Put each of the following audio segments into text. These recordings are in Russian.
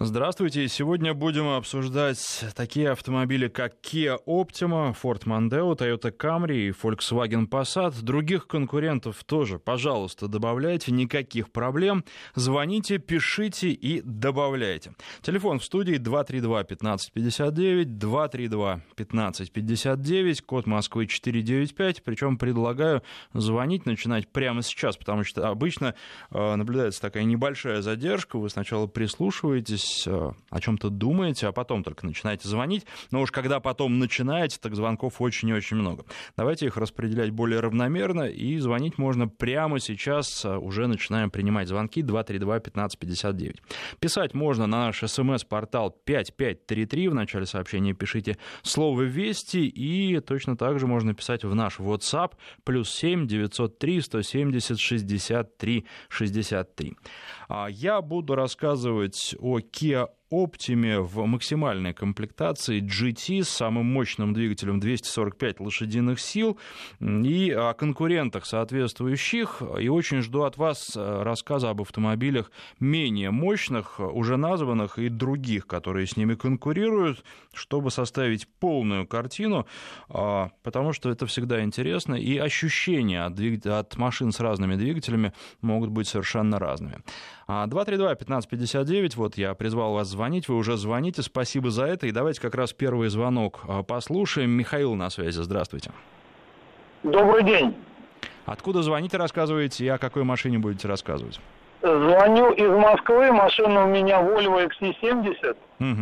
Здравствуйте. Сегодня будем обсуждать такие автомобили, как Kia Optima, Ford Mondeo, Toyota Camry и Volkswagen Passat. Других конкурентов тоже, пожалуйста, добавляйте, никаких проблем. Звоните, пишите и добавляйте. Телефон в студии 232-1559, 232-1559, код Москвы 495. Причем предлагаю звонить, начинать прямо сейчас, потому что обычно наблюдается такая небольшая задержка. Вы сначала прислушиваетесь, о чем-то думаете, а потом только начинаете звонить. Но уж когда потом начинаете, так звонков очень и очень много. Давайте их распределять более равномерно, и звонить можно прямо сейчас. Уже начинаем принимать звонки 232-1559. Писать можно на наш СМС-портал 5533. В начале сообщения пишите слово «Вести», и точно так же можно писать в наш WhatsApp +7 903 170 63 63. Я буду рассказывать о Kia Optima в максимальной комплектации GT с самым мощным двигателем 245 лошадиных сил и о конкурентах соответствующих. И очень жду от вас рассказа об автомобилях менее мощных, уже названных, и других, которые с ними конкурируют, чтобы составить полную картину, потому что это всегда интересно, и ощущения от машин с разными двигателями могут быть совершенно разными. 232-1559, вот я призвал вас звонить, вы уже звоните, спасибо за это, и давайте как раз первый звонок послушаем. Михаил на связи, здравствуйте. Добрый день. Откуда звоните, рассказываете, и о какой машине будете рассказывать? Звоню из Москвы, машина у меня Volvo XC70,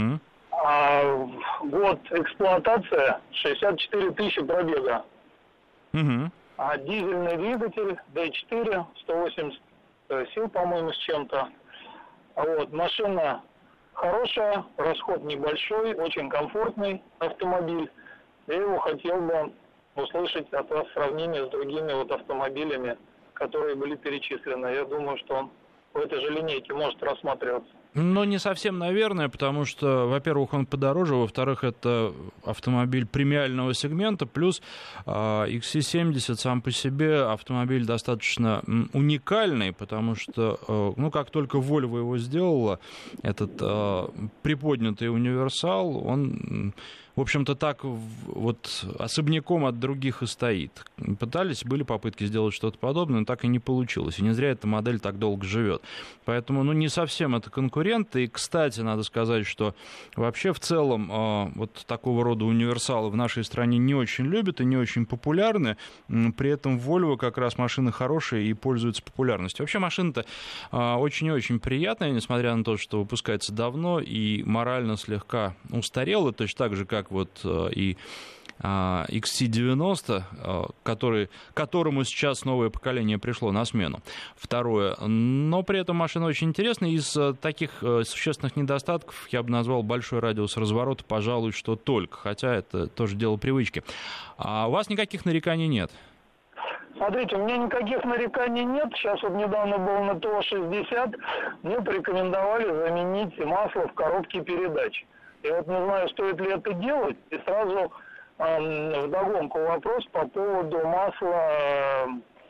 год эксплуатация, 64 тысячи пробега. Дизельный двигатель, D4, 180 сил, по-моему, с чем-то. Машина хорошая, расход небольшой, очень комфортный автомобиль. Я его хотел бы услышать от вас сравнение с другими автомобилями, которые были перечислены. Я думаю, что он в этой же линейке может рассматриваться. Но не совсем, наверное, потому что, во-первых, он подороже, во-вторых, это автомобиль премиального сегмента, плюс XC70 сам по себе автомобиль достаточно уникальный, потому что, как только Volvo его сделала, этот приподнятый универсал, он, в общем-то, так особняком от других и стоит. Были попытки сделать что-то подобное, но так и не получилось. И не зря эта модель так долго живет. Поэтому, не совсем это конкурент. И, кстати, надо сказать, что вообще в целом такого рода универсалы в нашей стране не очень любят и не очень популярны. При этом Volvo как раз машины хорошие и пользуются популярностью. Вообще машина-то очень и очень приятная, несмотря на то, что выпускается давно и морально слегка устарела, точно так же, как и XC90, которому сейчас новое поколение пришло на смену. Второе. Но при этом машина очень интересная. Из таких существенных недостатков я бы назвал большой радиус разворота, пожалуй, что только. Хотя это тоже дело привычки. А у вас никаких нареканий нет? Смотрите, у меня никаких нареканий нет. Сейчас недавно был на ТО-60. Мне порекомендовали заменить масло в коробке передач. Я не знаю, стоит ли это делать. И сразу вдогонку вопрос по поводу масла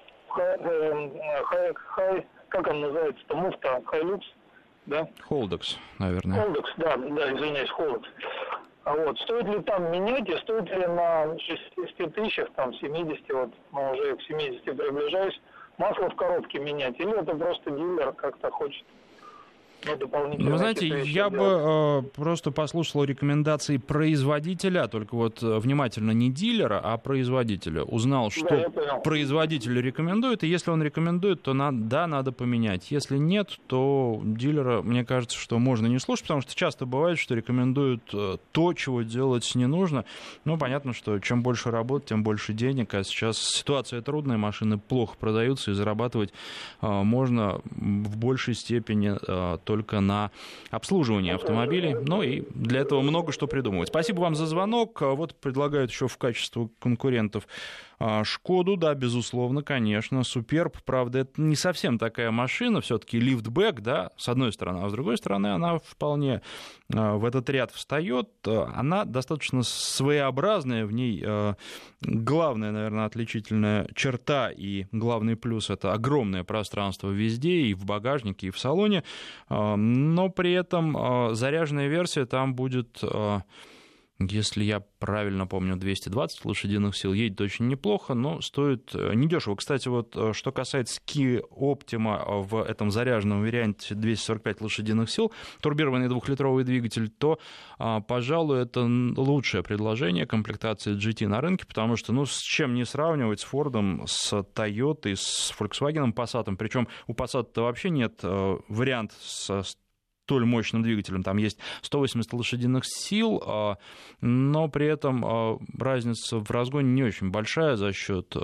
как он называется-то, муфта, Хайлюкс, да? Холдекс, наверное. Холдекс, да, извиняюсь, Холдекс. Стоит ли там менять, и стоит ли на 60 тысячах, 70, мы уже к 70 приближаюсь, масло в коробке менять, или это просто дилер как-то хочет? Вы знаете, я бы просто послушал рекомендации производителя, только внимательно не дилера, а производителя. Узнал, что производитель рекомендует, и если он рекомендует, то надо поменять. Если нет, то дилера, мне кажется, что можно не слушать, потому что часто бывает, что рекомендуют то, чего делать не нужно. Понятно, что чем больше работы, тем больше денег, а сейчас ситуация трудная, машины плохо продаются, и зарабатывать можно в большей степени только на обслуживании автомобилей. И для этого много что придумывать. Спасибо вам за звонок. Предлагают еще в качестве конкурентов Шкоду, да, безусловно, конечно, Суперб. Правда, это не совсем такая машина, все-таки лифтбэк, да, с одной стороны, а с другой стороны, она вполне в этот ряд встает. Она достаточно своеобразная, в ней главная, наверное, отличительная черта и главный плюс — это огромное пространство везде, и в багажнике, и в салоне. но при этом заряженная версия там будет... Если я правильно помню, 220 лошадиных сил, едет очень неплохо, но стоит недешево. Кстати, вот что касается Kia Optima в этом заряженном варианте 245 лошадиных сил, турбированный двухлитровый двигатель, то, пожалуй, это лучшее предложение комплектации GT на рынке, потому что, с чем не сравнивать с Ford, с Toyota, с Volkswagen Passat, причем у Passat вообще нет варианта с столь мощным двигателем, там есть 180 лошадиных сил, но при этом разница в разгоне не очень большая за счет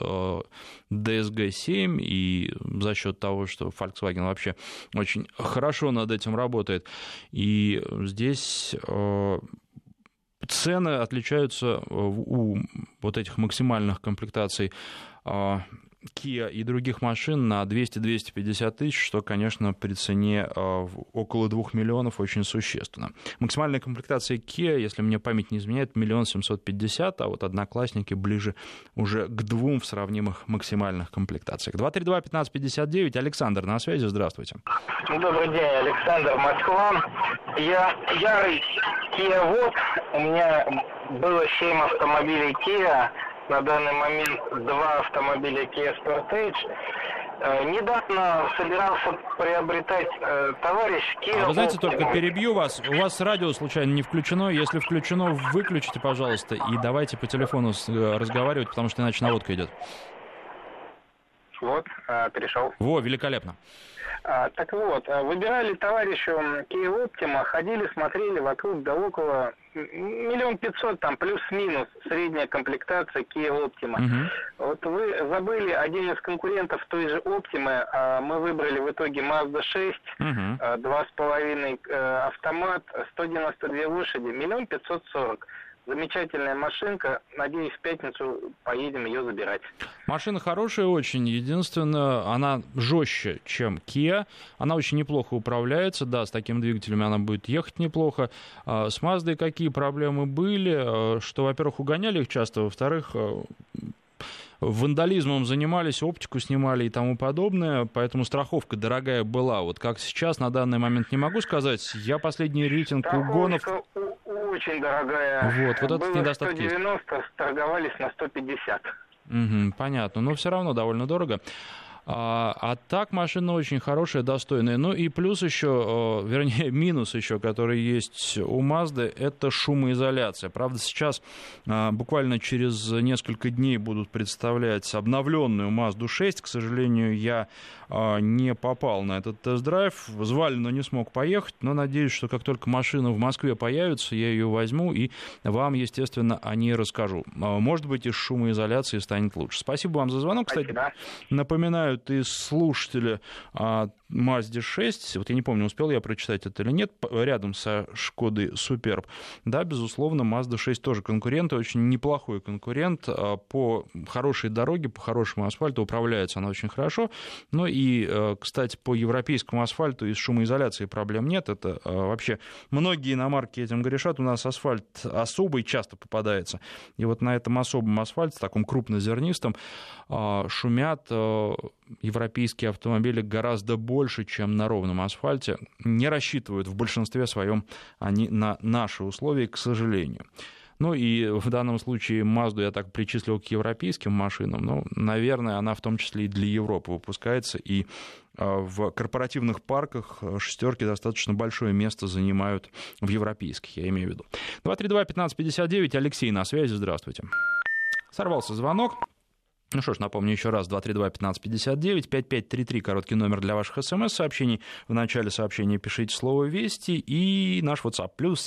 DSG-7 и за счет того, что Volkswagen вообще очень хорошо над этим работает. И здесь цены отличаются у вот этих максимальных комплектаций Kia и других машин на 200-250 тысяч, что, конечно, при цене около 2 миллионов очень существенно. Максимальная комплектация Kia, если мне память не изменяет, 1 750 000, а вот одноклассники ближе уже к 2 в сравнимых максимальных комплектациях. 232-1559, Александр на связи, здравствуйте. Добрый день, Александр, Москва. Я ярый Kia Vox, у меня было 7 автомобилей Kia, на данный момент 2 автомобиля Kia Sportage. Недавно собирался приобретать товарищ Kia. Вы знаете, только перебью вас. У вас радио случайно не включено? Если включено, выключите, пожалуйста, и давайте по телефону разговаривать, потому что иначе наводка идет. Вот, перешел. Во, великолепно. Так вот, выбирали товарищу Kia Optima, ходили, смотрели вокруг да около, 1 500 000, там плюс-минус средняя комплектация Kia Optima. Вот вы забыли один из конкурентов той же Optima, а мы выбрали в итоге Mazda 6, 2,5 автомат, 192 лошади, 1 540 000. Замечательная машинка. Надеюсь, в пятницу поедем ее забирать. Машина хорошая очень. Единственное, она жестче, чем Kia. Она очень неплохо управляется. Да, с таким двигателем она будет ехать неплохо. С Маздой какие проблемы были? Что, во-первых, угоняли их часто. Во-вторых, вандализмом занимались, оптику снимали и тому подобное, поэтому страховка дорогая была. Вот как сейчас, на данный момент не могу сказать. Я последний рейтинг угонов... Очень дорогая. Вот этот недостаток 190, есть. Торговались на 150. Понятно, но все равно довольно дорого. А так машина очень хорошая, достойная. Ну и плюс еще, вернее, минус еще, который есть у Mazda, это шумоизоляция. Правда, сейчас буквально через несколько дней будут представлять обновленную Mazda 6. К сожалению, я не попал на этот тест-драйв. Звали, но не смог поехать. Но надеюсь, что как только машина в Москве появится, я ее возьму и вам, естественно, о ней расскажу. Может быть, из шумоизоляции станет лучше. Спасибо вам за звонок. Кстати, напоминаю, и слушатели Mazda 6, вот я не помню, успел я прочитать это или нет, рядом со Шкодой Суперб. Да, безусловно, Mazda 6 тоже конкурент, очень неплохой конкурент. По хорошей дороге, по хорошему асфальту управляется она очень хорошо. Ну и, кстати, по европейскому асфальту и с шумоизоляцией проблем нет. Это вообще многие иномарки этим грешат. У нас асфальт особый часто попадается. И вот на этом особом асфальте, таком крупнозернистом, шумят европейские автомобили гораздо больше, чем на ровном асфальте. Не рассчитывают в большинстве своем они на наши условия, к сожалению. Ну и в данном случае Мазду я так причислил к европейским машинам, но, наверное, она в том числе и для Европы выпускается, и в корпоративных парках шестерки достаточно большое место занимают в европейских, я имею в виду. 232-1559, Алексей на связи, здравствуйте. Сорвался звонок. Ну что ж, напомню еще раз, 232-1559, 5533, короткий номер для ваших смс-сообщений. В начале сообщения пишите слово «Вести» и наш WhatsApp, плюс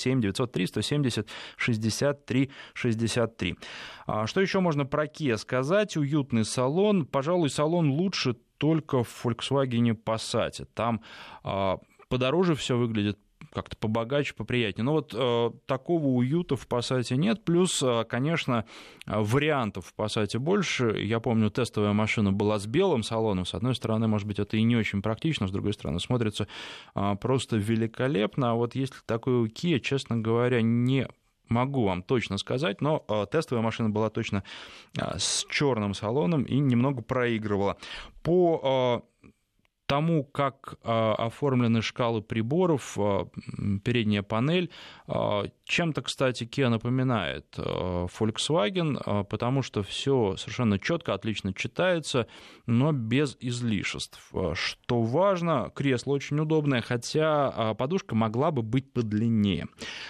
7-903-170-63-63. Что еще можно про Kia сказать? Уютный салон. Пожалуй, салон лучше только в Volkswagen Passat. Там подороже все выглядит, как-то побогаче, поприятнее. Но вот такого уюта в Passat нет. Плюс, конечно, вариантов в Passat больше. Я помню, тестовая машина была с белым салоном. С одной стороны, может быть, это и не очень практично, с другой стороны, смотрится просто великолепно. А вот если такой у Kia, честно говоря, не могу вам точно сказать, но тестовая машина была точно с черным салоном и немного проигрывала. По тому, как оформлены шкалы приборов, передняя панель, чем-то, кстати, Kia напоминает Volkswagen, потому что все совершенно четко, отлично читается, но без излишеств. Что важно, кресло очень удобное, хотя подушка могла бы быть подлиннее.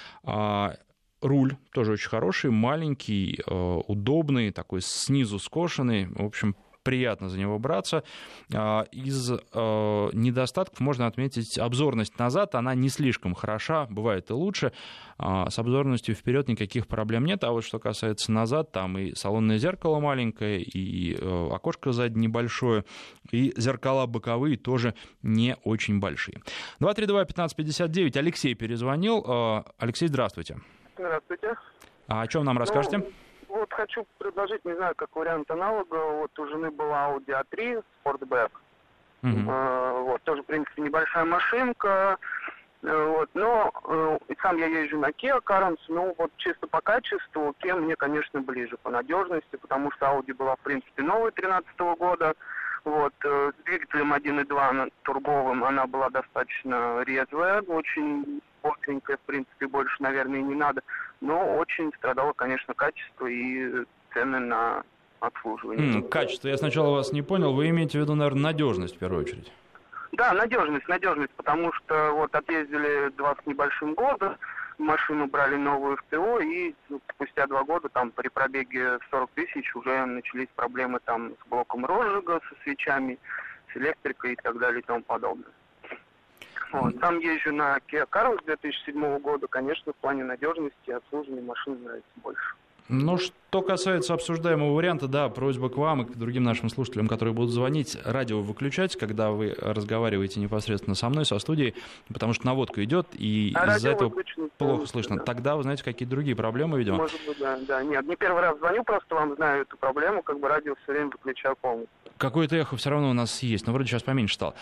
Руль тоже очень хороший, маленький, удобный, такой снизу скошенный, в общем, приятно за него браться. Из недостатков можно отметить обзорность назад, она не слишком хороша, бывает и лучше. С обзорностью вперед никаких проблем нет, а вот что касается назад, там и салонное зеркало маленькое, и окошко заднее небольшое, и зеркала боковые тоже не очень большие. 232-1559, Алексей перезвонил. Алексей, здравствуйте. Здравствуйте. А о чем нам расскажете? Вот хочу предложить, не знаю, как вариант аналога. Вот у жены была Audi A3 Sportback. Вот, тоже, в принципе, небольшая машинка. Вот, но сам я езжу на Kia Carens, но вот чисто по качеству Kia мне, конечно, ближе по надежности, потому что Audi была, в принципе, новая 2013 года. Вот, с двигателем 1.2 турбовым она была достаточно резвая, очень бодренькая, в принципе, больше, наверное, и не надо. Но очень страдало, конечно, качество и цены на обслуживание. Качество. Я сначала вас не понял. Вы имеете в виду, наверное, надежность в первую очередь? Да, надежность, потому что вот отъездили 2 с небольшим года, машину брали новую в ТО, и спустя 2 года там при пробеге в 40 тысяч уже начались проблемы там с блоком розжига, со свечами, с электрикой и так далее и тому подобное. Вот. Сам езжу на Kia Carens 2007 года, конечно, в плане надежности и обслуживания машины нравится больше. Ну, что касается обсуждаемого варианта, да, просьба к вам и к другим нашим слушателям, которые будут звонить, радио выключать, когда вы разговариваете непосредственно со мной, со студией, потому что наводка идет, и из-за этого плохо слышно. Да. Тогда вы знаете, какие другие проблемы, видимо? Может быть, да. Нет, не первый раз звоню, просто вам знаю эту проблему, как бы радио все время выключаю полностью. Какое-то эхо все равно у нас есть, но вроде сейчас поменьше стало.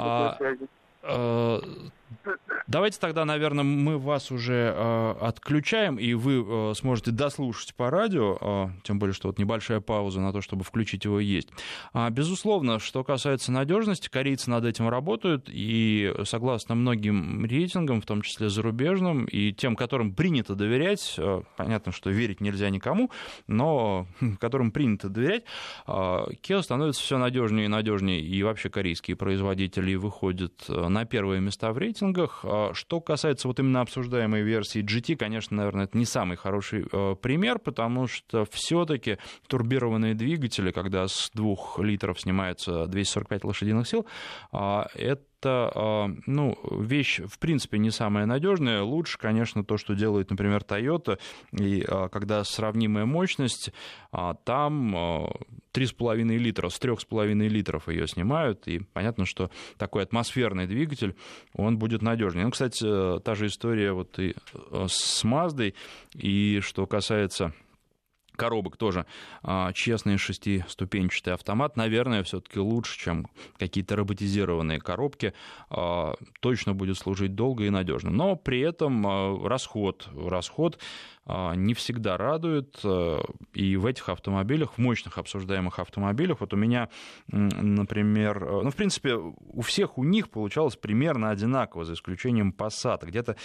Давайте тогда, наверное, мы вас уже отключаем, и вы сможете дослушать по радио, тем более, что вот небольшая пауза на то, чтобы включить его, есть. Безусловно, что касается надежности, корейцы над этим работают, и согласно многим рейтингам, в том числе зарубежным, и тем, которым принято доверять, понятно, что верить нельзя никому, но которым принято доверять, Kia становится все надежнее и надежнее, и вообще корейские производители выходят на первые места в рейтингах. Что касается вот именно обсуждаемой версии GT, конечно, наверное, это не самый хороший пример, потому что все-таки турбированные двигатели, когда с 2 литров снимается 245 лошадиных сил, это вещь, в принципе, не самая надежная. Лучше, конечно, то, что делает, например, Toyota, и когда сравнимая мощность, там 3,5 литра, с 3,5 литров ее снимают, и понятно, что такой атмосферный двигатель, он будет надежнее. Ну, кстати, та же история вот и с Маздой, и что касается коробок тоже, честный 6-ступенчатый автомат, наверное, все-таки лучше, чем какие-то роботизированные коробки, точно будет служить долго и надежно. Но при этом расход не всегда радует, и в этих автомобилях, в мощных обсуждаемых автомобилях, вот у меня, например, в принципе, у всех у них получалось примерно одинаково, за исключением Passat, где-то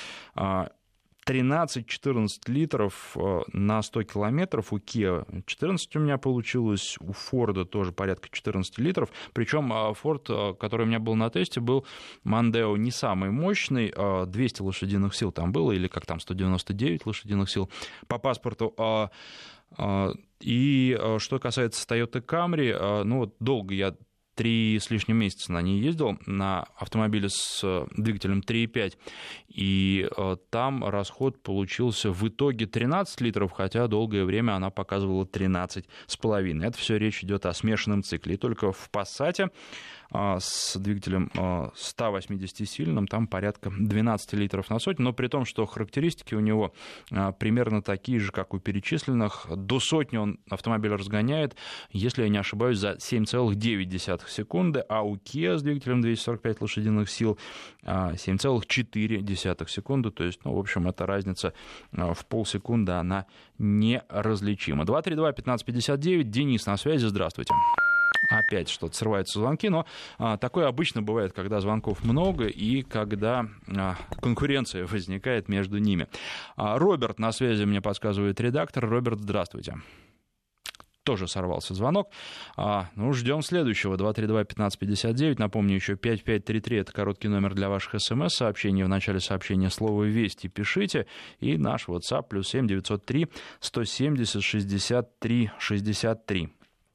13-14 литров на 100 километров. У Kia 14 у меня получилось, у Ford тоже порядка 14 литров. Причем Ford, который у меня был на тесте, был Mondeo не самый мощный, 200 лошадиных сил там было, или как там, 199 лошадиных сил по паспорту. И что касается Toyota Camry, вот долго я 3 с лишним месяца на ней ездил, на автомобиле с двигателем 3.5, и там расход получился в итоге 13 литров, хотя долгое время она показывала 13,5. Это все речь идет о смешанном цикле. И только в Passat с двигателем 180-сильным там порядка 12 литров на сотню, но при том, что характеристики у него примерно такие же, как у перечисленных. До сотни он автомобиль разгоняет, если я не ошибаюсь, за 7,9 секунды, а у Kia с двигателем 245 лошадиных сил 7,4 секунды, то есть, в общем, эта разница в полсекунды, она неразличима. 232-1559, Денис на связи, здравствуйте. Опять что-то срываются звонки, но такое обычно бывает, когда звонков много и когда конкуренция возникает между ними. Роберт на связи, мне подсказывает редактор. Роберт, здравствуйте. Тоже сорвался звонок. Ждем следующего. 232-1559. Напомню, еще 5533 — это короткий номер для ваших смс-сообщений. В начале сообщения слово «Вести» пишите. И наш WhatsApp +7 903 170 63 63.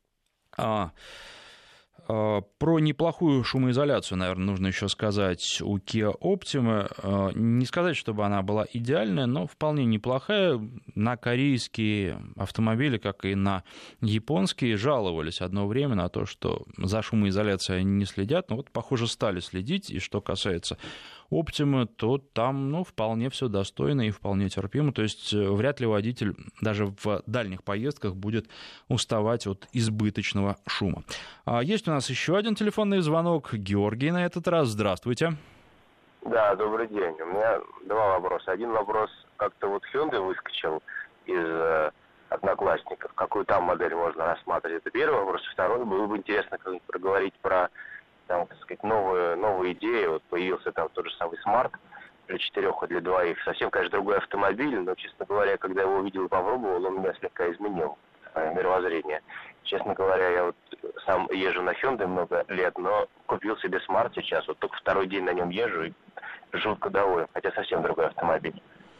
Про неплохую шумоизоляцию, наверное, нужно еще сказать у Kia Optima. Не сказать, чтобы она была идеальная, но вполне неплохая. На корейские автомобили, как и на японские, жаловались одно время на то, что за шумоизоляцией они не следят. Но вот, похоже, стали следить. И что касается Optima, то там вполне все достойно и вполне терпимо. То есть вряд ли водитель даже в дальних поездках будет уставать от избыточного шума. Есть у нас еще один телефонный звонок. Георгий на этот раз. Здравствуйте. Да, добрый день. У меня два вопроса. Один вопрос. Как-то вот Hyundai выскочил из Одноклассников. Какую там модель можно рассматривать? Это первый вопрос. Второй, было бы интересно как-нибудь проговорить про там, так сказать, новые идеи. Вот появился там тот же самый Smart для 4 и для 2. Совсем, конечно, другой автомобиль, но, честно говоря, когда его увидел и попробовал, он меня слегка изменил мировоззрение. Честно говоря, я вот сам езжу на Hyundai много лет, но купил себе Smart сейчас. Вот только второй день на нем езжу и жутко доволен, хотя совсем другой автомобиль.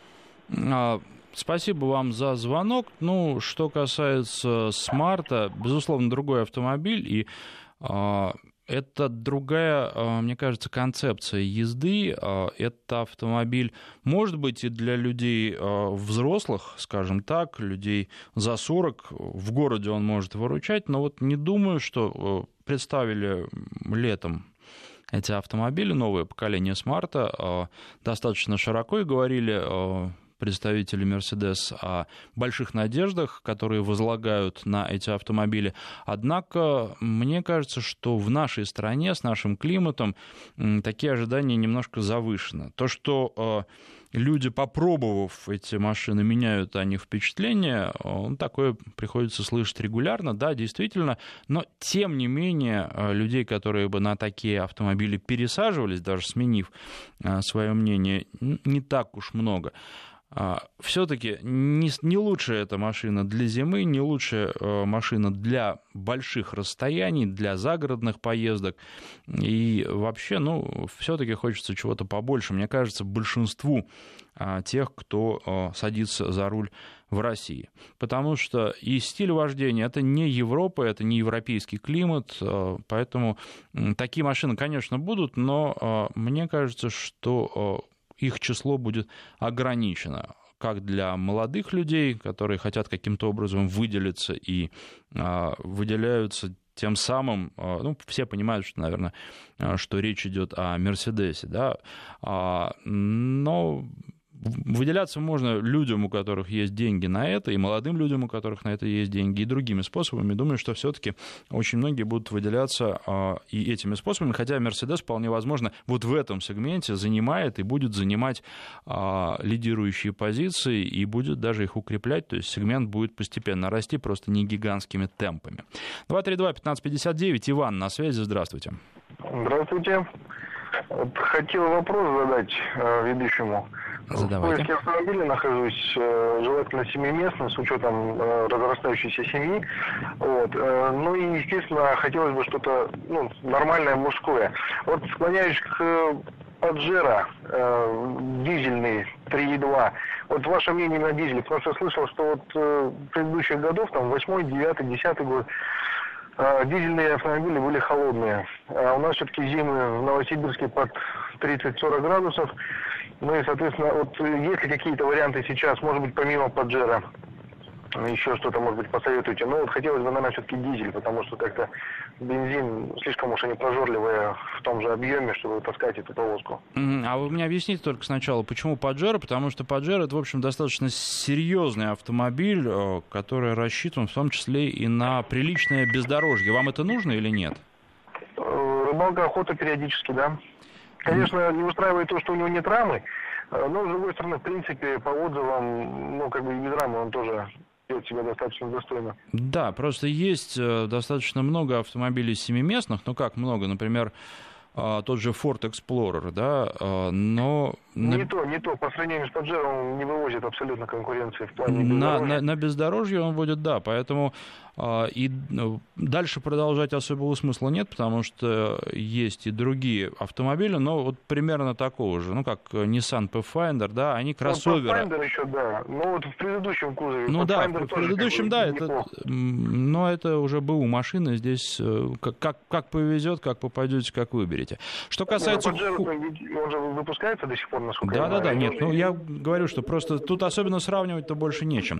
Спасибо вам за звонок. Что касается Smart, безусловно, другой автомобиль, и это другая, мне кажется, концепция езды. Это автомобиль, может быть, и для людей взрослых, скажем так, людей за 40. В городе он может выручать, но вот не думаю, что представили летом эти автомобили, новое поколение Смарта, достаточно широко и говорили представители Mercedes о больших надеждах, которые возлагают на эти автомобили. Однако, мне кажется, что в нашей стране с нашим климатом такие ожидания немножко завышены. То, что люди, попробовав эти машины, меняют о них впечатление, такое приходится слышать регулярно, да, действительно, но тем не менее людей, которые бы на такие автомобили пересаживались, даже сменив свое мнение, не так уж много. Все-таки не лучшая эта машина для зимы, не лучшая машина для больших расстояний, для загородных поездок. И вообще, все-таки хочется чего-то побольше. Мне кажется, большинству тех, кто садится за руль в России. Потому что и стиль вождения — это не Европа, это не европейский климат. Поэтому такие машины, конечно, будут, но мне кажется, что их число будет ограничено, как для молодых людей, которые хотят каким-то образом выделиться и выделяются тем самым, все понимают, что, наверное, что речь идет о Мерседесе, да, но выделяться можно людям, у которых есть деньги на это, и молодым людям, у которых на это есть деньги, и другими способами. Думаю, что все-таки очень многие будут выделяться и этими способами, хотя Mercedes вполне возможно вот в этом сегменте занимает и будет занимать лидирующие позиции и будет даже их укреплять, то есть сегмент будет постепенно расти, просто не гигантскими темпами. 232-1559, Иван на связи, здравствуйте. Здравствуйте. Хотел вопрос задать ведущему. Задавайте. В поиске автомобиля нахожусь, желательно семиместным, с учетом разрастающейся семьи. Ну и, естественно, хотелось бы что-то нормальное, мужское. Вот склоняюсь к Паджеро, дизельный 3.2. Вот ваше мнение на дизеле, потому что я слышал, что вот предыдущих годов, 8, 9, 10 год, дизельные автомобили были холодные. А у нас все-таки зимы в Новосибирске под 30-40 градусов. Ну и, соответственно, вот есть ли какие-то варианты сейчас, может быть, помимо Паджеро, еще что-то, может быть, посоветуйте. Но вот хотелось бы, наверное, все-таки дизель, потому что как-то бензин слишком уж они прожорливые в том же объеме, чтобы таскать эту повозку. А вы мне объясните только сначала, почему Паджеро? Потому что Паджеро — это, в общем, достаточно серьезный автомобиль, который рассчитан в том числе и на приличное бездорожье. Вам это нужно или нет? Рыбалка, охота периодически, да. Конечно, не устраивает то, что у него нет рамы, но, с другой стороны, в принципе, по отзывам, и без рамы он тоже ведет себя достаточно достойно. Да, просто есть достаточно много автомобилей семиместных, ну как много, например, тот же Ford Explorer, да, но... Не то. По сравнению с Паджеро он не вывозит абсолютно конкуренции в плане бездорожья. На бездорожье он будет, да, поэтому и дальше продолжать особого смысла нет, потому что есть и другие автомобили, но вот примерно такого же, ну, как Nissan Pathfinder, да, они кроссоверы. Pathfinder еще, да, но вот в предыдущем кузове. Ну да, в предыдущем, да, но это уже БУ машины, здесь как повезет, как попадете, как выберете. Что касается... Паджеро, он же выпускается до сих пор, насколько я знаю. Да, нет, ну я говорю, что просто тут особенно сравнивать-то больше нечем.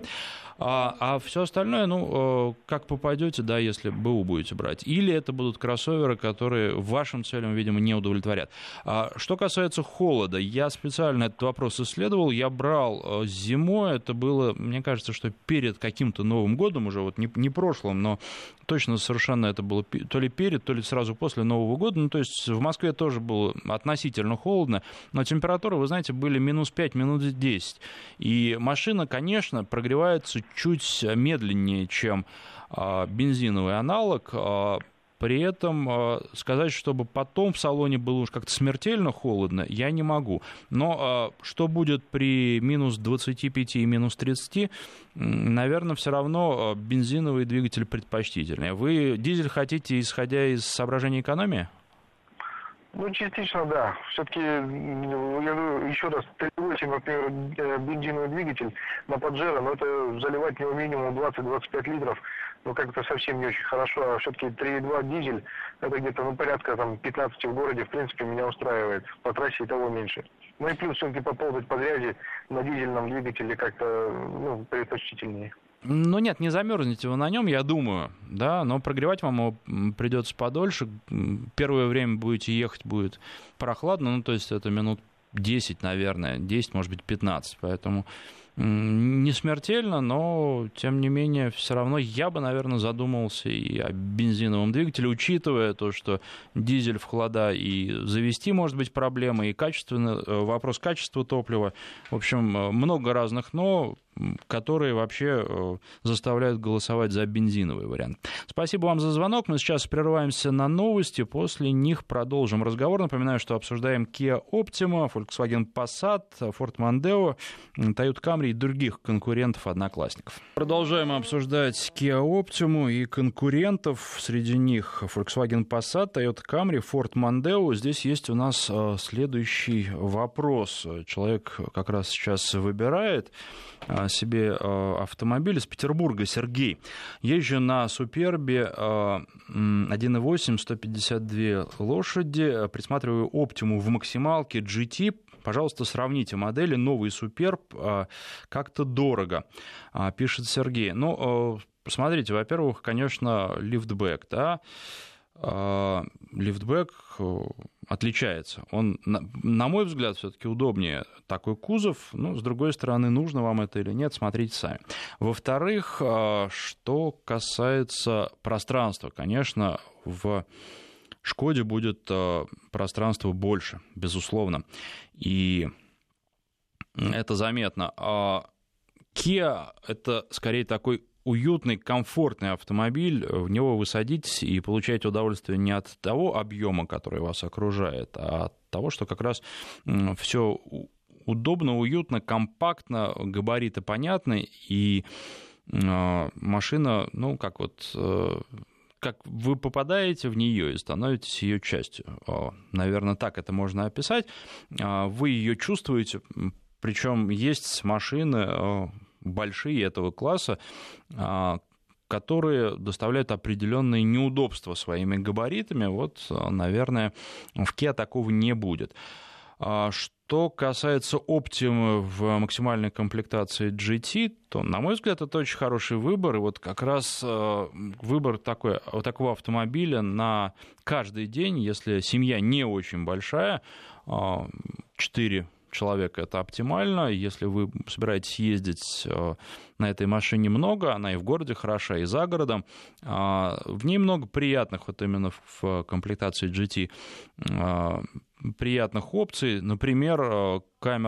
А все остальное, ну, как попадете, да, если БУ будете брать. Или это будут кроссоверы, которые вашим целям, видимо, не удовлетворят. Что касается холода, я специально этот вопрос исследовал. Я брал зимой, это было, мне кажется, что перед каким-то Новым годом, уже вот не прошлым, но точно совершенно это было то ли перед, то ли сразу после Нового года. Ну, то есть в Москве тоже было относительно холодно, но температуры, вы знаете, были минус 5, минус 10. И машина, конечно, прогревается чуть медленнее, чем бензиновый аналог. При этом сказать, чтобы потом в салоне было уж как-то смертельно холодно, я не могу. Но что будет при минус 25 и минус 30, наверное, все равно бензиновый двигатель предпочтительнее. Вы дизель хотите, исходя из соображений экономии? Ну, частично, да. Все-таки, я говорю еще раз, 3.8, например, бензиновый двигатель на Паджеро, но это заливать него минимум 20-25 литров, ну, как-то совсем не очень хорошо. А все-таки 3.2 дизель, это где-то, ну, порядка там 15 в городе, в принципе, меня устраивает. По трассе и того меньше. Ну, и плюс все-таки поползать по грязи на дизельном двигателе как-то, ну, предпочтительнее. Ну нет, не замерзнете вы на нем, я думаю, да, но прогревать вам его придется подольше. Первое время будете ехать, будет прохладно, ну то есть это минут 10, наверное, 10, может быть, 15, поэтому не смертельно, но тем не менее все равно я бы, наверное, задумался и о бензиновом двигателе, учитывая то, что дизель в холода и завести может быть проблемой, и вопрос качества топлива, в общем, много разных «но», которые вообще заставляют голосовать за бензиновый вариант. Спасибо вам за звонок. Мы сейчас прерываемся на новости. После них продолжим разговор. Напоминаю, что обсуждаем Kia Optima, Volkswagen Passat, Ford Mondeo, Toyota Camry и других конкурентов-одноклассников. Продолжаем обсуждать Kia Optima и конкурентов. Среди них Volkswagen Passat, Toyota Camry, Ford Mondeo. Здесь есть у нас следующий вопрос. Человек как раз сейчас выбирает себе автомобиль из Петербурга. Сергей. Езжу на Супербе 1.8, 152 лошади. Присматриваю Optima в максималке GT. Пожалуйста, сравните модели. Новый Суперб как-то дорого, пишет Сергей. Ну, посмотрите, во-первых, конечно, лифтбэк, да. Лифтбэк отличается. Он, на мой взгляд, все-таки удобнее такой кузов. Но, с другой стороны, нужно вам это или нет, смотрите сами. Во-вторых, что касается пространства, конечно, в Шкоде будет пространство больше, безусловно. И это заметно. Kia — это скорее такой уютный, комфортный автомобиль, в него вы садитесь и получаете удовольствие не от того объема, который вас окружает, а от того, что как раз все удобно, уютно, компактно, габариты понятны, и машина, ну, как вот... как вы попадаете в нее и становитесь ее частью. Наверное, так это можно описать. Вы ее чувствуете, причем есть машины большие этого класса, которые доставляют определенные неудобства своими габаритами. Вот, наверное, в Kia такого не будет. Что касается Optima в максимальной комплектации GT, то, на мой взгляд, это очень хороший выбор. И вот как раз выбор такого автомобиля на каждый день, если семья не очень большая, 4 человека — это оптимально. Если вы собираетесь ездить на этой машине много, она и в городе хороша, и за городом, в ней много приятных, вот именно в комплектации GT, приятных опций. Например, камера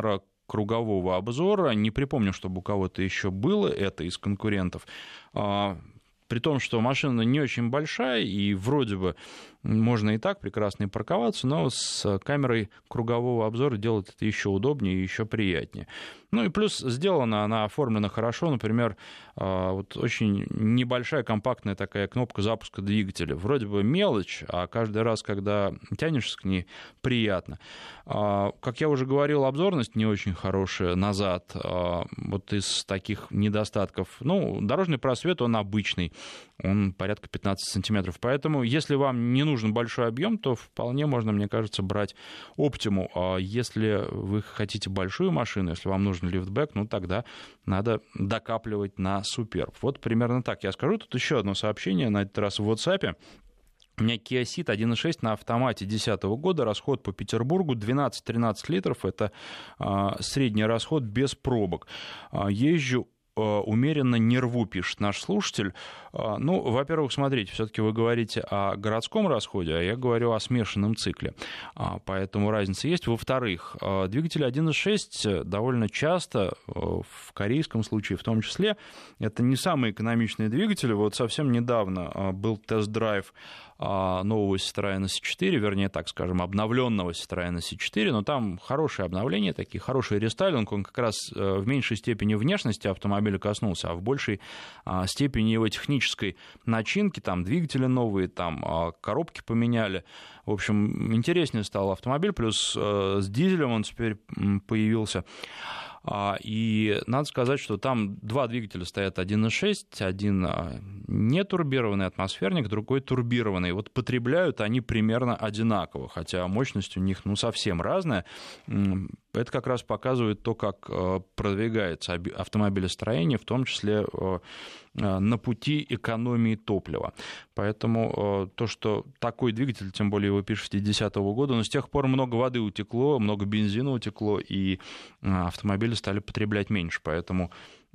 кругового обзора. Не припомню, чтобы у кого-то еще было это из конкурентов. При том, что машина не очень большая, и вроде бы можно и так прекрасно и парковаться, но с камерой кругового обзора делать это еще удобнее и еще приятнее. Ну и плюс сделана она, оформлена хорошо, например, вот очень небольшая компактная такая кнопка запуска двигателя. Вроде бы мелочь, а каждый раз, когда тянешься к ней, приятно. Как я уже говорил, обзорность не очень хорошая назад. Вот из таких недостатков. Ну, дорожный просвет, он обычный, он порядка 15 сантиметров. Поэтому, если вам не нужен большой объем, то вполне можно, мне кажется, брать Optima. А если вы хотите большую машину, если вам нужен лифтбэк, ну тогда надо докапливать на Superb. Вот примерно так я скажу. Тут еще одно сообщение, на этот раз в WhatsApp. У меня Kia Ceed 1.6 на автомате 2010 года, расход по Петербургу 12-13 литров, это средний расход без пробок. Езжу умеренно, не рву, пишет наш слушатель. Ну, во-первых, смотрите, все-таки вы говорите о городском расходе, а я говорю о смешанном цикле, поэтому разница есть. Во-вторых, двигатель 1.6 довольно часто, в корейском случае в том числе, это не самый экономичный двигатель. Вот совсем недавно был тест-драйв нового Citroёn C4, вернее, так скажем, обновленного Citroёn C4, но там хорошие обновления, такие хороший рестайлинг, он как раз в меньшей степени внешности автомобиля коснулся, а в большей степени его технической начинки, там двигатели новые, там коробки поменяли. В общем, интереснее стал автомобиль, плюс с дизелем он теперь появился. И надо сказать, что там два двигателя стоят, 1.6, один не турбированный атмосферник, другой турбированный. Вот потребляют они примерно одинаково, хотя мощность у них совсем разная. Это как раз показывает то, как продвигается автомобилестроение, в том числе на пути экономии топлива. Поэтому то, что такой двигатель, тем более его пишут с 50-го года, но с тех пор много воды утекло, много бензина утекло, и автомобили стали потреблять меньше. Поэтому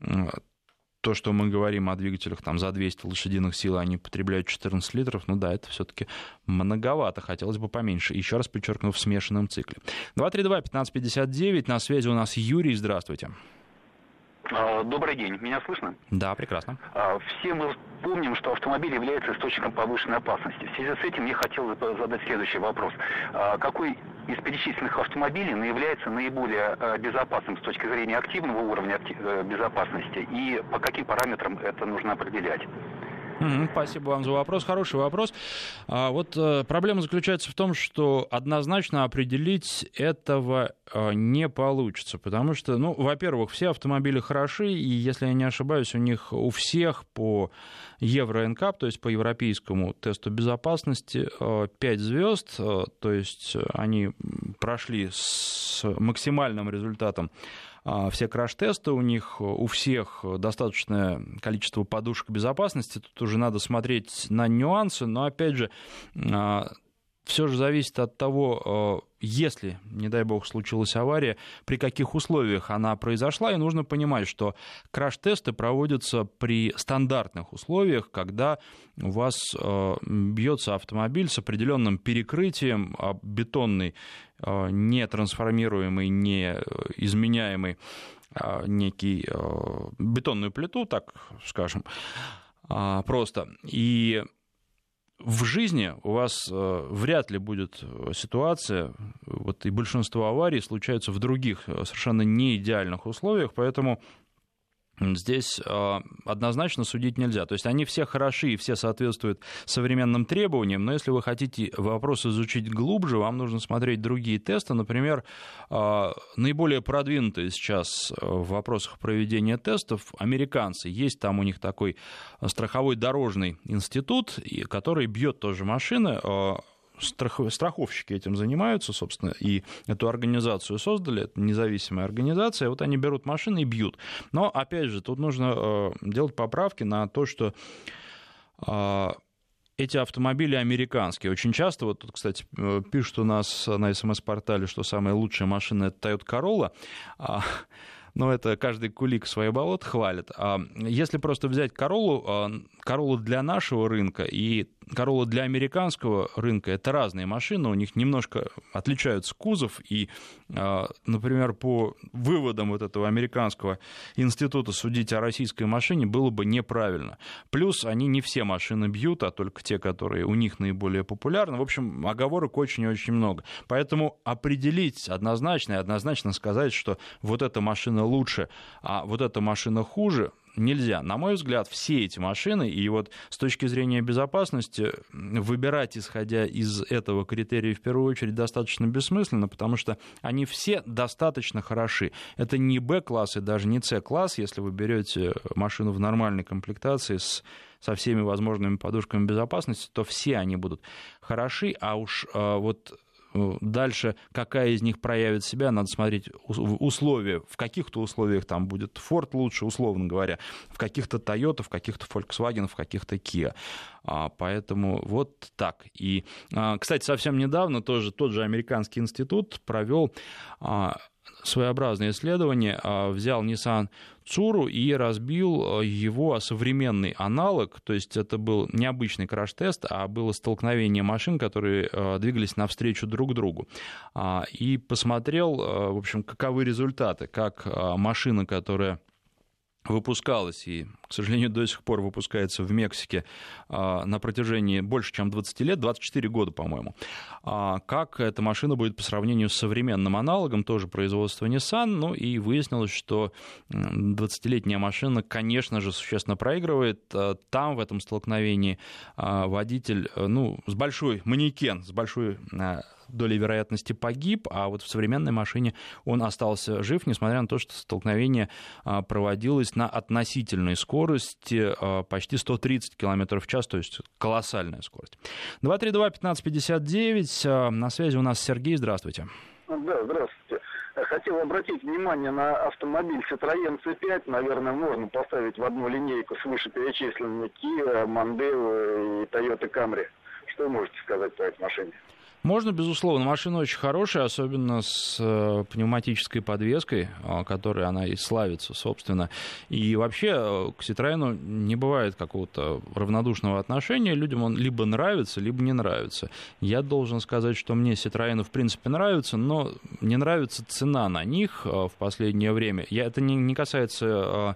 то, что мы говорим о двигателях там, за 200 лошадиных сил, они потребляют 14 литров, ну да, это все-таки многовато, хотелось бы поменьше. Еще раз подчеркну, в смешанном цикле. 232-1559, на связи у нас Юрий, здравствуйте. Добрый день, меня слышно? Да, прекрасно. Все мы помним, что автомобиль является источником повышенной опасности. В связи с этим я хотел задать следующий вопрос. Какой из перечисленных автомобилей является наиболее безопасным с точки зрения активного уровня безопасности и по каким параметрам это нужно определять? Спасибо вам за вопрос. Хороший вопрос. Вот проблема заключается в том, что однозначно определить этого не получится, потому что, во-первых, все автомобили хороши, и, если я не ошибаюсь, у них у всех по Евро NCAP, то есть по европейскому тесту безопасности, 5 звезд, то есть они прошли с максимальным результатом все краш-тесты, у них у всех достаточное количество подушек безопасности, тут уже надо смотреть на нюансы, но, опять же, все же зависит от того, если, не дай бог, случилась авария, при каких условиях она произошла, и нужно понимать, что краш-тесты проводятся при стандартных условиях, когда у вас бьется автомобиль с определенным перекрытием, бетонный, не трансформируемый, не изменяемый, некий бетонную плиту, так скажем, просто. И в жизни у вас вряд ли будет ситуация, вот и большинство аварий случаются в других совершенно не идеальных условиях, поэтому здесь однозначно судить нельзя. То есть они все хороши и все соответствуют современным требованиям, но если вы хотите вопрос изучить глубже, вам нужно смотреть другие тесты. Например, наиболее продвинутые сейчас в вопросах проведения тестов американцы. Есть там у них такой страховой дорожный институт, который бьет тоже машины. Страховщики этим занимаются, собственно, и эту организацию создали, это независимая организация, вот они берут машины и бьют. Но, опять же, тут нужно делать поправки на то, что эти автомобили американские. Очень часто, вот тут, кстати, пишут у нас на СМС-портале, что самая лучшая машина — это Toyota Corolla, но это каждый кулик в свое болото хвалит. Если просто взять Короллу для нашего рынка и Corolla для американского рынка — это разные машины, у них немножко отличаются кузов, и, например, по выводам вот этого американского института судить о российской машине было бы неправильно. Плюс они не все машины бьют, а только те, которые у них наиболее популярны. В общем, оговорок очень и очень много. Поэтому определить однозначно и однозначно сказать, что вот эта машина лучше, а вот эта машина хуже, нельзя. На мой взгляд, все эти машины, и вот с точки зрения безопасности, выбирать, исходя из этого критерия, в первую очередь, достаточно бессмысленно, потому что они все достаточно хороши. Это не Б-класс и даже не С-класс, если вы берете машину в нормальной комплектации со всеми возможными подушками безопасности, то все они будут хороши, а уж вот дальше, какая из них проявит себя, надо смотреть условия. В каких-то условиях там будет Ford лучше, условно говоря, в каких-то Toyota, в каких-то Volkswagen, в каких-то Kia. Поэтому вот так. И, кстати, совсем недавно тоже тот же американский институт провел своеобразное исследование, взял Nissan Tsuru и разбил его о современный аналог, то есть это был не обычный краш-тест, а было столкновение машин, которые двигались навстречу друг другу. И посмотрел, в общем, каковы результаты, как машина, которая выпускалась и, к сожалению, до сих пор выпускается в Мексике на протяжении больше, чем 20 лет, 24 года, по-моему. Как эта машина будет по сравнению с современным аналогом, тоже производства Nissan, ну и выяснилось, что 20-летняя машина, конечно же, существенно проигрывает. Там, в этом столкновении, водитель, с большой манекен, с большой долей вероятности погиб, а вот в современной машине он остался жив, несмотря на то, что столкновение проводилось на относительной скорости почти 130 км в час, то есть колоссальная скорость. 232-1559, на связи у нас Сергей, здравствуйте. Да, здравствуйте. Хотел обратить внимание на автомобиль Citroёn C5, наверное, можно поставить в одну линейку с вышеперечисленными Kia, Mondeo и Toyota Camry. Что вы можете сказать по этой машине? Можно, безусловно. Машина очень хорошая, особенно с пневматической подвеской, которой она и славится, собственно. И вообще к Citroёn не бывает какого-то равнодушного отношения. Людям он либо нравится, либо не нравится. Я должен сказать, что мне Citroёn в принципе нравится, но не нравится цена на них в последнее время. Это не касается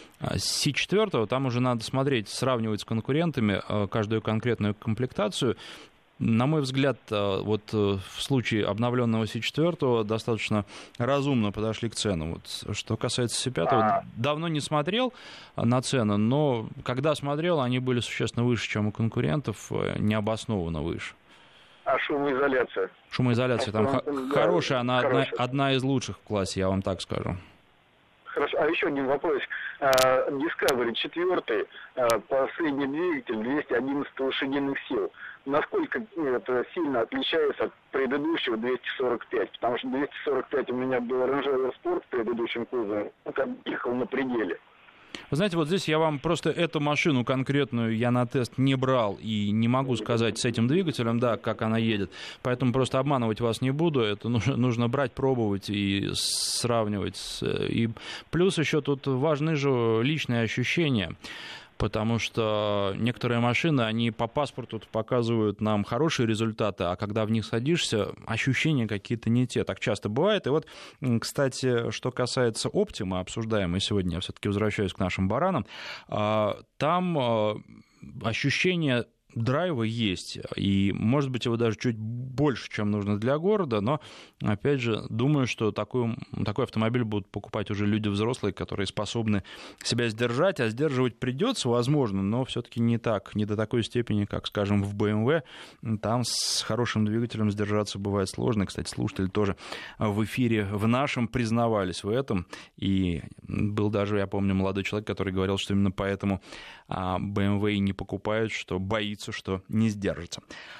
C4, там уже надо смотреть, сравнивать с конкурентами каждую конкретную комплектацию. На мой взгляд, вот в случае обновленного C4 достаточно разумно подошли к ценам. Вот, что касается C5, давно не смотрел на цены, но когда смотрел, они были существенно выше, чем у конкурентов, необоснованно выше. А шумоизоляция? Шумоизоляция там хорошая, она одна из лучших в классе, я вам так скажу. Хорошо. А еще один вопрос. Discovery 4, последний двигатель, 211 лошадиных сил. Насколько это сильно отличается от предыдущего 245? Потому что 245 у меня был Range Rover Sport в предыдущем кузове, ехал на пределе. Вы знаете, вот здесь я вам просто эту машину конкретную я на тест не брал и не могу сказать с этим двигателем, да, как она едет. Поэтому просто обманывать вас не буду. Это нужно брать, пробовать и сравнивать. И плюс еще тут важны же личные ощущения. Потому что некоторые машины, они по паспорту показывают нам хорошие результаты, а когда в них садишься, ощущения какие-то не те. Так часто бывает. И вот, кстати, что касается Optima, обсуждаемой сегодня, я все-таки возвращаюсь к нашим баранам, там ощущение драйва есть, и, может быть, его даже чуть больше, чем нужно для города, но, опять же, думаю, что такой автомобиль будут покупать уже люди взрослые, которые способны себя сдержать, а сдерживать придется, возможно, но все-таки не до такой степени, как, скажем, в BMW. Там с хорошим двигателем сдержаться бывает сложно. Кстати, слушатели тоже в эфире в нашем признавались в этом, и был даже, я помню, молодой человек, который говорил, что именно поэтому BMW не покупают, что боится, что не сдержится.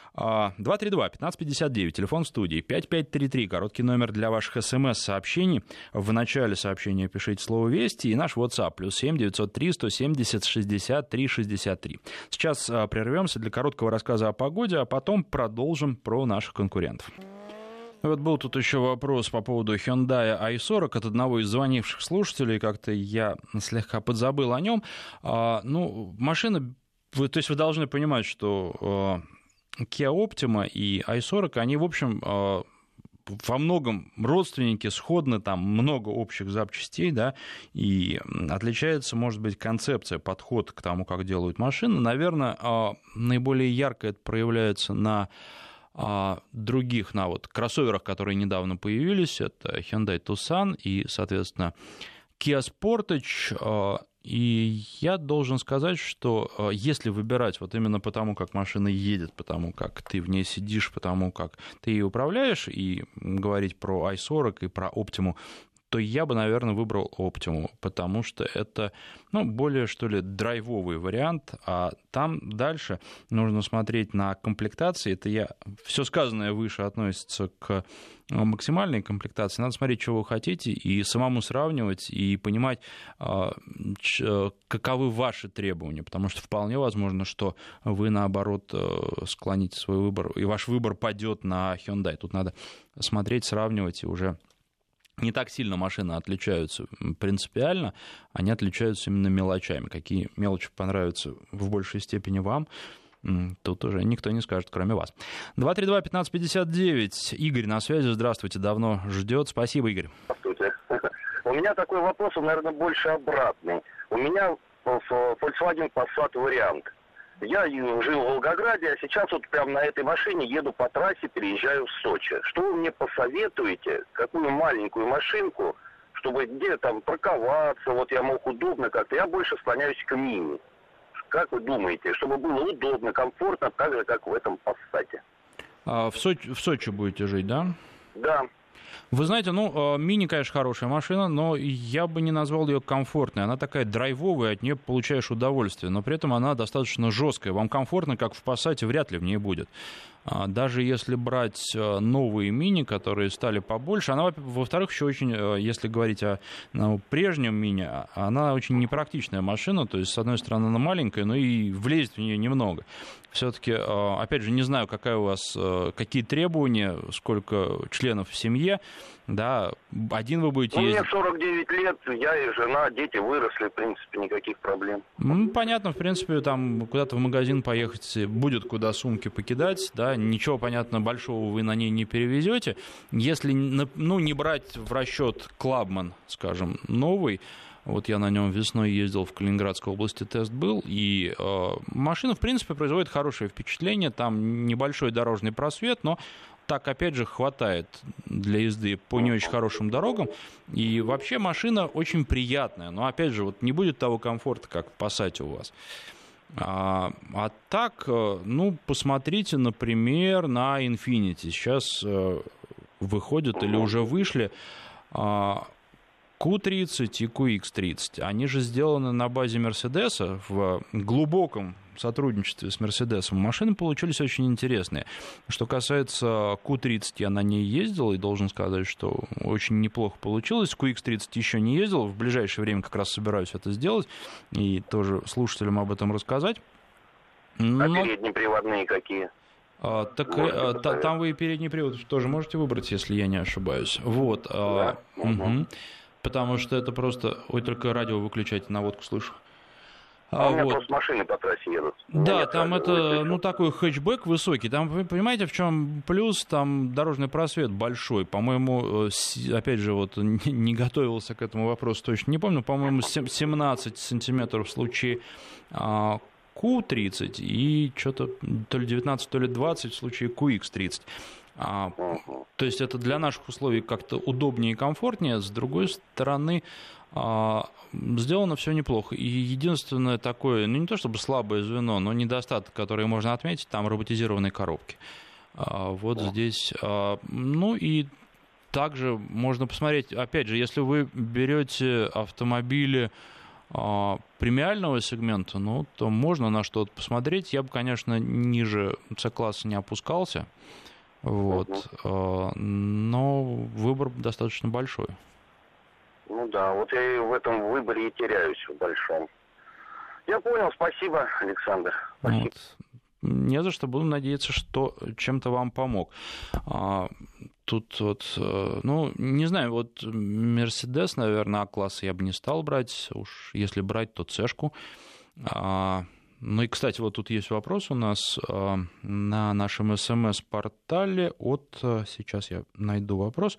232-1559, телефон в студии, 5533, короткий номер для ваших СМС-сообщений. В начале сообщения пишите слово «Вести» и наш WhatsApp, +7 903 170 63 63. Сейчас прервемся для короткого рассказа о погоде, а потом продолжим про наших конкурентов. Вот был тут еще вопрос по поводу Hyundai i40 от одного из звонивших слушателей, как-то я слегка подзабыл о нем. Машина То есть вы должны понимать, что Kia Optima и i40, они, в общем, во многом родственники, сходны, там много общих запчастей, да, и отличается, может быть, концепция, подход к тому, как делают машины. Наверное, наиболее ярко это проявляется на других, на вот кроссоверах, которые недавно появились. Это Hyundai Tucson и, соответственно, Kia Sportage. И я должен сказать, что если выбирать вот именно по тому, как машина едет, по тому, как ты в ней сидишь, по тому, как ты ее управляешь, и говорить про i40 и про Optimu, то я бы, наверное, выбрал Optimu, потому что это, более, что ли, драйвовый вариант, а там дальше нужно смотреть на комплектации. Это все сказанное выше относится к максимальной комплектации. Надо смотреть, чего вы хотите, и самому сравнивать, и понимать, каковы ваши требования, потому что вполне возможно, что вы, наоборот, склоните свой выбор, и ваш выбор падет на Hyundai. Тут надо смотреть, сравнивать, и уже не так сильно машины отличаются принципиально, они отличаются именно мелочами. Какие мелочи понравятся в большей степени вам, тут уже никто не скажет, кроме вас. 232-1559. Игорь на связи. Здравствуйте. Давно ждет. Спасибо, Игорь. Здравствуйте. У меня такой вопрос, он, наверное, больше обратный. У меня Volkswagen Passat вариант. Я жил в Волгограде, а сейчас вот прямо на этой машине еду по трассе, переезжаю в Сочи. Что вы мне посоветуете? Какую маленькую машинку, чтобы где там парковаться, вот я мог удобно как-то. Я больше склоняюсь к мини. Как вы думаете, чтобы было удобно, комфортно, так же, как в этом Passat? В Сочи будете жить, да? Да. Вы знаете, мини, конечно, хорошая машина, но я бы не назвал ее комфортной. Она такая драйвовая, от нее получаешь удовольствие, но при этом она достаточно жесткая. Вам комфортно, как в Passat, вряд ли в ней будет. Даже если брать новые мини, которые стали побольше, она, во-вторых, еще очень, если говорить о прежнем мини, она очень непрактичная машина, то есть, с одной стороны, она маленькая, но и влезет в нее немного. Все-таки, опять же, не знаю, какие требования, сколько членов в семье, да, один вы будете ездить. Мне 49 лет, я и жена, дети выросли, в принципе, никаких проблем. Понятно, в принципе, там куда-то в магазин поехать будет куда сумки покидать, да, ничего, понятно, большого вы на ней не перевезете. Если, не брать в расчет Clubman, скажем, новый, вот я на нем весной ездил в Калининградской области, тест был, и машина, в принципе, производит хорошее впечатление, там небольшой дорожный просвет, но так, опять же, хватает для езды по не очень хорошим дорогам. И вообще машина очень приятная. Но, опять же, вот не будет того комфорта, как в Passat у вас. А так, посмотрите, например, на Infiniti. Сейчас выходят или уже вышли Q30 и QX30. Они же сделаны на базе Мерседеса в глубоком сотрудничестве с Мерседесом. Машины получились очень интересные. Что касается Q30, я на ней ездил и должен сказать, что очень неплохо получилось. QX30 еще не ездил. В ближайшее время как раз собираюсь это сделать и тоже слушателям об этом рассказать. А переднеприводные какие? Там вы и передний привод тоже можете выбрать, если я не ошибаюсь. Вот. Да. Потому что это просто... Ой, только радио выключайте, наводку слышу. У меня просто машины по трассе едут. Да, там это, такой хэтчбэк высокий. Там, вы понимаете, в чем плюс? Там дорожный просвет большой. По-моему, опять же, вот не готовился к этому вопросу, точно не помню. По-моему, 17 сантиметров в случае Q30 и что-то то ли 19, то ли 20 в случае QX30. То есть это для наших условий как-то удобнее и комфортнее. С другой стороны, сделано все неплохо. И единственное такое, не то чтобы слабое звено, но недостаток, который можно отметить, там роботизированные коробки. Вот здесь. И также можно посмотреть, опять же, если вы берете автомобили премиального сегмента, то можно на что-то посмотреть. Я бы, конечно, ниже C-класса не опускался. Вот. Но выбор достаточно большой. Вот я и в этом выборе и теряюсь в большом. Я понял, спасибо, Александр. Спасибо. Не за что, буду надеяться, что чем-то вам помог. Тут не знаю, вот Мерседес, наверное, А-класса я бы не стал брать. Уж если брать, то Цешку. Ну и, кстати, вот тут есть вопрос у нас на нашем СМС-портале сейчас я найду вопрос,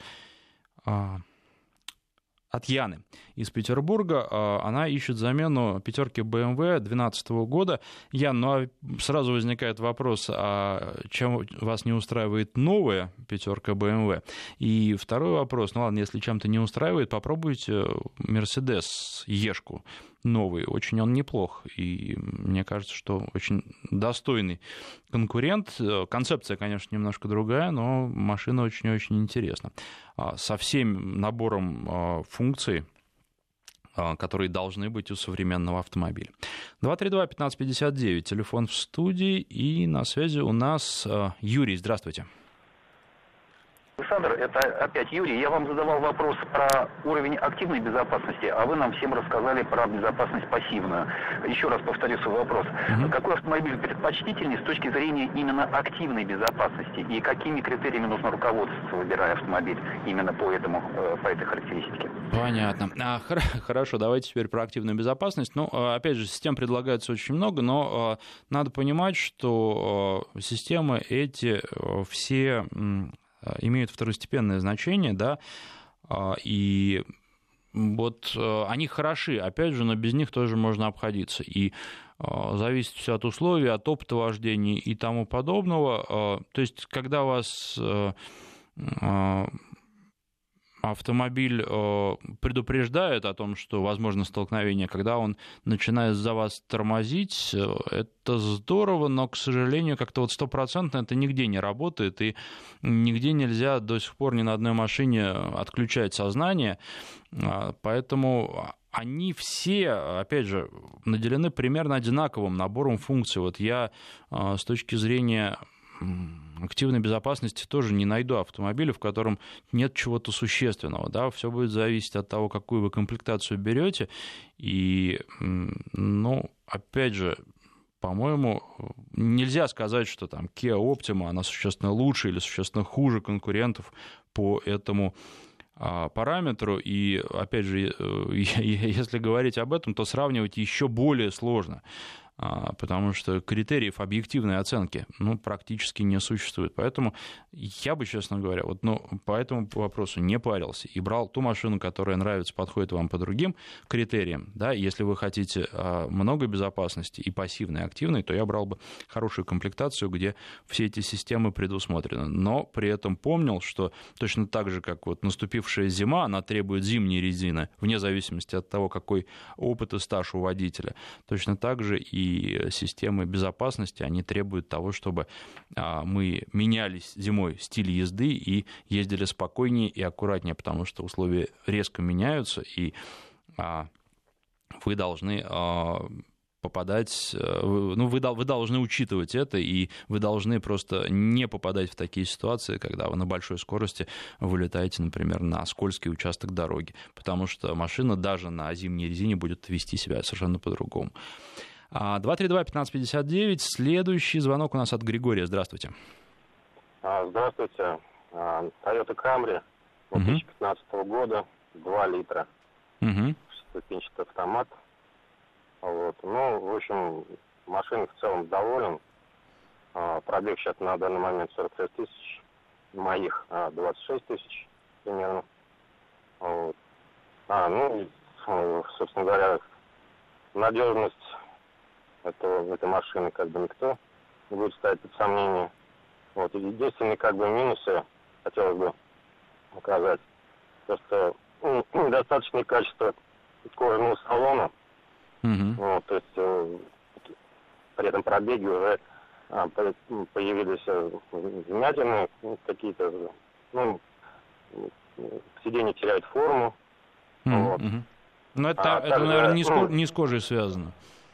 от Яны из Петербурга. Она ищет замену пятерки BMW 2012 года. Ян, ну а сразу возникает вопрос, а чем вас не устраивает новая пятерка BMW? И второй вопрос, ну ладно, если чем-то не устраивает, попробуйте Mercedes E-шку новый. Очень он неплох. И мне кажется, что очень достойный конкурент. Концепция, конечно, немножко другая, но машина очень-очень интересна. Со всем набором функций, которые должны быть у современного автомобиля. 232-1559, телефон в студии, и на связи у нас Юрий. Здравствуйте. Александр, это опять Юрий. Я вам задавал вопрос про уровень активной безопасности, а вы нам всем рассказали про безопасность пассивную. Еще раз повторю свой вопрос. Какой автомобиль предпочтительнее с точки зрения именно активной безопасности? И какими критериями нужно руководствоваться, выбирая автомобиль именно по этой характеристике? Понятно. Хорошо, давайте теперь про активную безопасность. Ну, опять же, систем предлагается очень много, но надо понимать, что системы эти все имеют второстепенное значение, да, и вот они хороши, опять же, но без них тоже можно обходиться. И зависит все от условий, от опыта вождения и тому подобного. То есть, когда у вас автомобиль предупреждает о том, что возможно столкновение, когда он начинает за вас тормозить, это здорово, но, к сожалению, как-то вот 100% это нигде не работает, и нигде нельзя до сих пор ни на одной машине отключать сознание, поэтому они все, опять же, наделены примерно одинаковым набором функций. Вот я с точки зрения активной безопасности тоже не найду автомобиля, в котором нет чего-то существенного. Да? Все будет зависеть от того, какую вы комплектацию берете. И, ну, опять же, по-моему, нельзя сказать, что там Kia Optima, она существенно лучше или существенно хуже конкурентов по этому параметру. И, опять же, если говорить об этом, то сравнивать еще более сложно, потому что критериев объективной оценки практически не существует. Поэтому я бы, честно говоря, по этому вопросу не парился и брал ту машину, которая нравится, подходит вам по другим критериям. Да? Если вы хотите много безопасности и пассивной, и активной, то я брал бы хорошую комплектацию, где все эти системы предусмотрены. Но при этом помнил, что точно так же, как вот наступившая зима, она требует зимней резины, вне зависимости от того, какой опыт и стаж у водителя. Точно так же и системы безопасности, они требуют того, чтобы мы менялись зимой стиль езды и ездили спокойнее и аккуратнее, потому что условия резко меняются, и вы должны попадать, вы должны учитывать это, и вы должны просто не попадать в такие ситуации, когда вы на большой скорости вылетаете, например, на скользкий участок дороги, потому что машина даже на зимней резине будет вести себя совершенно по-другому. 232-1559. Следующий звонок у нас от Григория. Здравствуйте. Здравствуйте. Toyota Camry 2015 года, 2 литра. Шестиступенчатый автомат. Вот. Ну, в общем, машина в целом доволен. Пробег сейчас на данный момент 46 тысяч. Моих 26 тысяч примерно. Вот. Собственно говоря, надежность этой машины никто не будет ставить под сомнение. Вот. Единственные минусы хотелось бы указать. Просто недостаточное качество кожаного салона. Вот, то есть при этом пробеге уже появились вмятины какие-то, сиденья теряют форму. Вот. Но это наверное, не с кожей связано.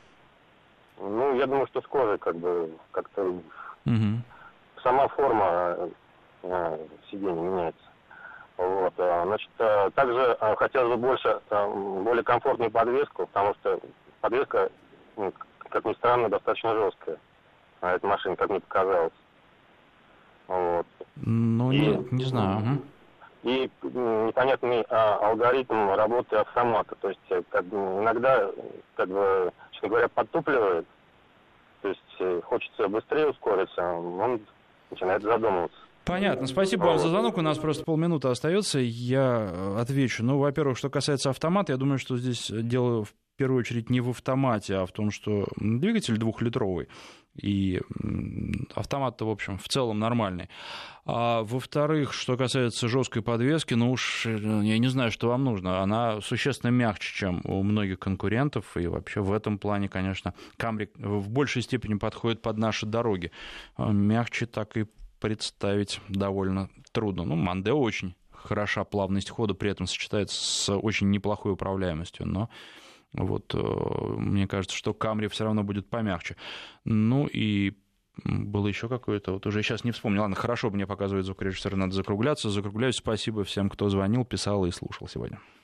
Я думаю, что с кожей как-то сама форма сиденья меняется. Вот. Значит, также хотелось бы более комфортную подвеску, потому что подвеска, как ни странно, достаточно жесткая. Эта машина, как мне показалось. Вот. Не знаю. И непонятный алгоритм работы автомата. То есть иногда, честно говоря, подтупливает то есть хочется быстрее ускориться, он начинает задумываться. Понятно. Спасибо вам за звонок. У нас просто полминуты остается. Я отвечу. Ну, во-первых, что касается автомата, я думаю, что здесь дело в первую очередь не в автомате, а в том, что двигатель 2-литровый. И автомат-то, в общем, в целом нормальный. А во-вторых, что касается жесткой подвески, ну уж я не знаю, что вам нужно. Она существенно мягче, чем у многих конкурентов. И вообще в этом плане, конечно, Camry в большей степени подходит под наши дороги. Мягче так и представить довольно трудно. Ну, Mondeo очень хороша плавность хода, при этом сочетается с очень неплохой управляемостью. Но вот мне кажется, что Camry все равно будет помягче. Ну и было еще какое-то, вот уже сейчас не вспомнил. Ладно, хорошо, мне показывает звукорежиссер, надо закругляться. Закругляюсь. Спасибо всем, кто звонил, писал и слушал сегодня.